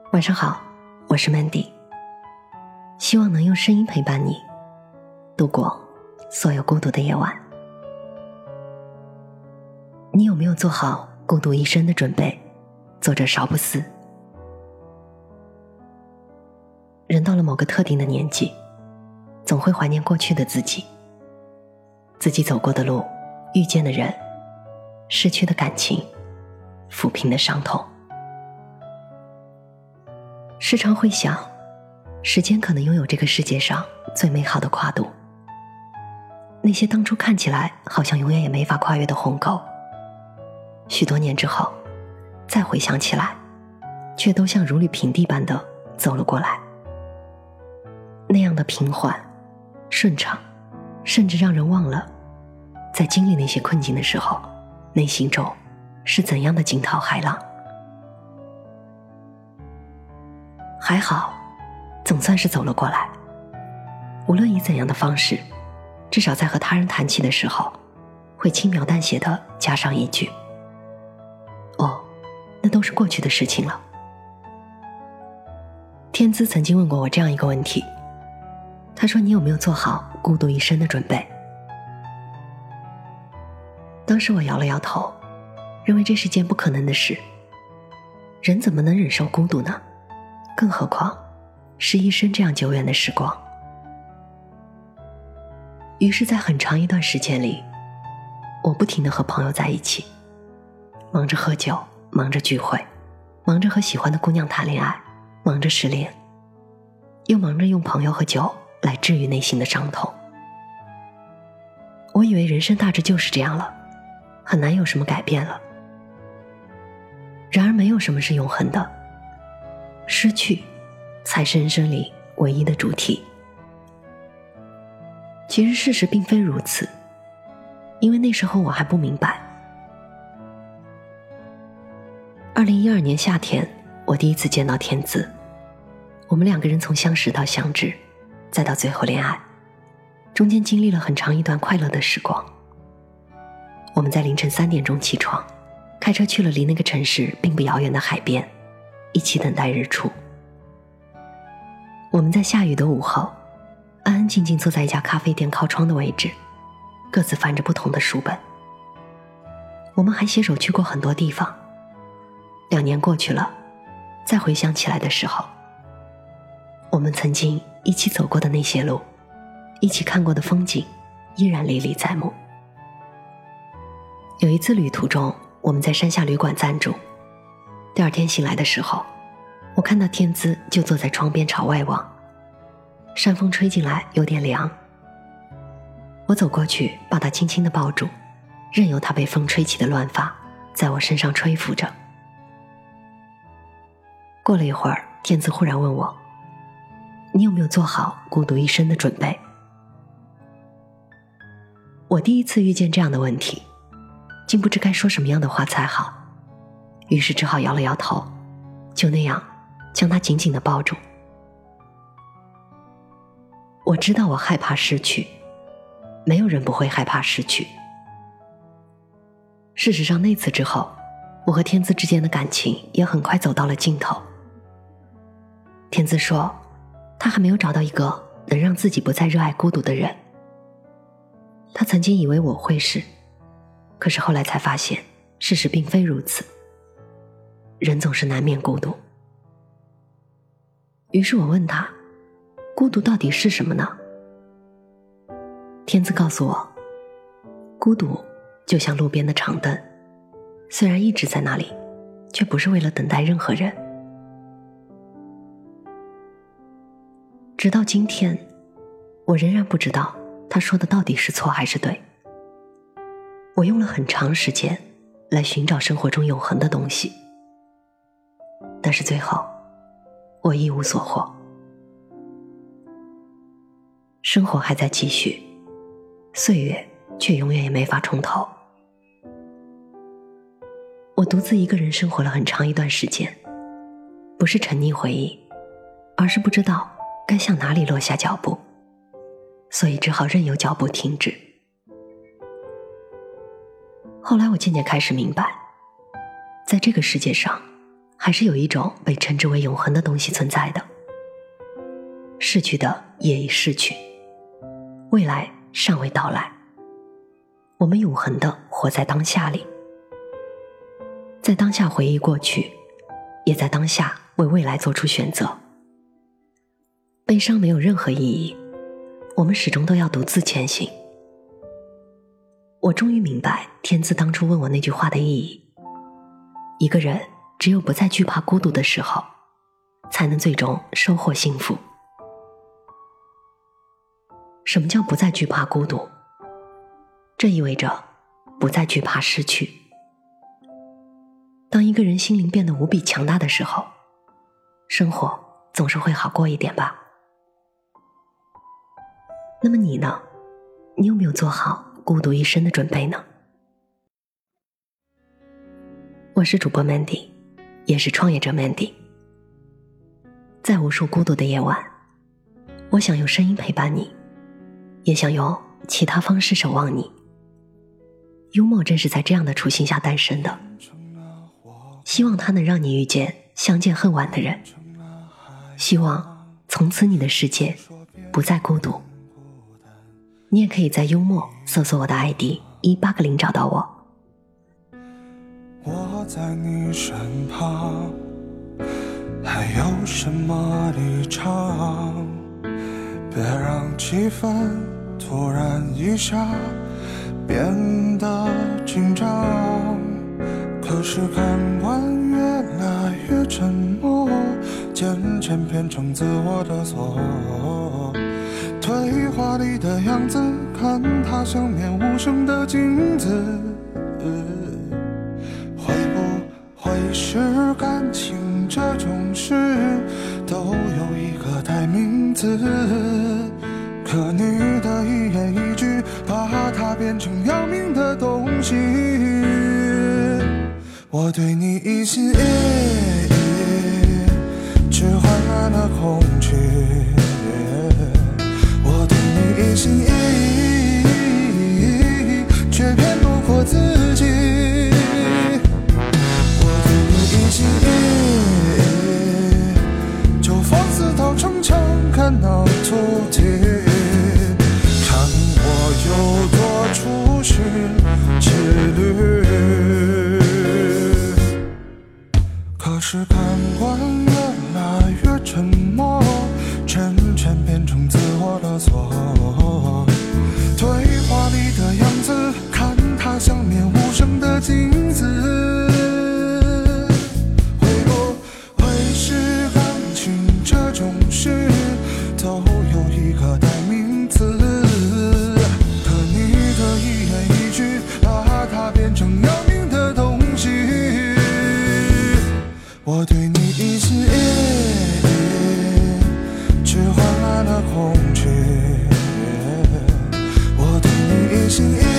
晚上好，我是 Mandy， 希望能用声音陪伴你度过所有孤独的夜晚。你有没有做好孤独一生的准备？作者邵布斯。人到了某个特定的年纪，总会怀念过去的自己，自己走过的路，遇见的人，失去的感情，抚平的伤痛。时常会想，时间可能拥有这个世界上最美好的跨度，那些当初看起来好像永远也没法跨越的鸿沟，许多年之后再回想起来，却都像如履平地般的走了过来，那样的平缓顺畅，甚至让人忘了在经历那些困境的时候，内心中是怎样的惊涛骇浪。还好，总算是走了过来。无论以怎样的方式，至少在和他人谈起的时候，会轻描淡写地加上一句：哦，那都是过去的事情了。天资曾经问过我这样一个问题，他说：你有没有做好孤独一生的准备？当时我摇了摇头，认为这是件不可能的事。人怎么能忍受孤独呢？更何况是一生这样久远的时光。于是在很长一段时间里，我不停地和朋友在一起，忙着喝酒，忙着聚会，忙着和喜欢的姑娘谈恋爱，忙着失恋，又忙着用朋友和酒来治愈内心的伤痛。我以为人生大致就是这样了，很难有什么改变了。然而没有什么是永恒的，失去才是人生里唯一的主题。其实事实并非如此，因为那时候我还不明白。2012年夏天，我第一次见到天资，我们两个人从相识到相知，再到最后恋爱，中间经历了很长一段快乐的时光。我们在凌晨3点钟起床，开车去了离那个城市并不遥远的海边，一起等待日出。我们在下雨的午后，安安静静坐在一家咖啡店靠窗的位置，各自翻着不同的书本。我们还携手去过很多地方。2年过去了，再回想起来的时候，我们曾经一起走过的那些路，一起看过的风景，依然历历在目。有一次旅途中，我们在山下旅馆暂住。第二天醒来的时候，我看到天资就坐在窗边朝外望，山风吹进来有点凉。我走过去把他轻轻地抱住，任由他被风吹起的乱发在我身上吹拂着。过了一会儿，天资忽然问我：你有没有做好孤独一生的准备？我第一次遇见这样的问题，竟不知该说什么样的话才好，于是只好摇了摇头，就那样将他紧紧地抱住。我知道我害怕失去，没有人不会害怕失去。事实上那次之后，我和天资之间的感情也很快走到了尽头。天资说，他还没有找到一个能让自己不再热爱孤独的人。他曾经以为我会是，可是后来才发现，事实并非如此。人总是难免孤独。于是我问他，孤独到底是什么呢？天资告诉我，孤独就像路边的长灯，虽然一直在那里，却不是为了等待任何人。直到今天，我仍然不知道他说的到底是错还是对。我用了很长时间来寻找生活中永恒的东西，但是最后我一无所获。生活还在继续，岁月却永远也没法重头。我独自一个人生活了很长一段时间，不是沉溺回忆，而是不知道该向哪里落下脚步，所以只好任由脚步停止。后来我渐渐开始明白，在这个世界上， 还是有一种被称之为永恒的东西存在的。逝去的也已逝去，未来尚未到来，我们永恒地活在当下里，在当下回忆过去，也在当下为未来做出选择。悲伤没有任何意义，我们始终都要独自前行。我终于明白天赐当初问我那句话的意义，一个人只有不再惧怕孤独的时候，才能最终收获幸福。什么叫不再惧怕孤独？这意味着不再惧怕失去。当一个人心灵变得无比强大的时候，生活总是会好过一点吧。那么你呢？你有没有做好孤独一生的准备呢？我是主播 Mandy， 也是创业者 Mandy。 在无数孤独的夜晚，我想用声音陪伴你，也想用其他方式守望你。幽默正是在这样的初心下诞生的，希望它能让你遇见相见恨晚的人，希望从此你的世界不再孤独。你也可以在幽默搜索我的 ID1800 找到我。 我在你身旁，还有什么立场？别让气氛突然一下变得紧张。可是看惯越来越沉默，渐渐变成自我的错。对话里的样子，看它像面无声的镜子。会不会是感情这种事都有一个代名词？可你的一言一句，把它变成要命的东西。我对你一心一意，只换来了空虚。我对你一心一意，却骗不过自己。我对你一心一意，就放肆到逞强，看到足迹，看我有多处心积虑。可是看惯越来越沉默，渐渐变成自我的错。对话里的样子，看它像面无声的镜子。会不会是感情这种事都有一个代名词？可你的一言一句，把它变成要命的东西。我对你一心一意，只换来了空虚。我对你一心一意。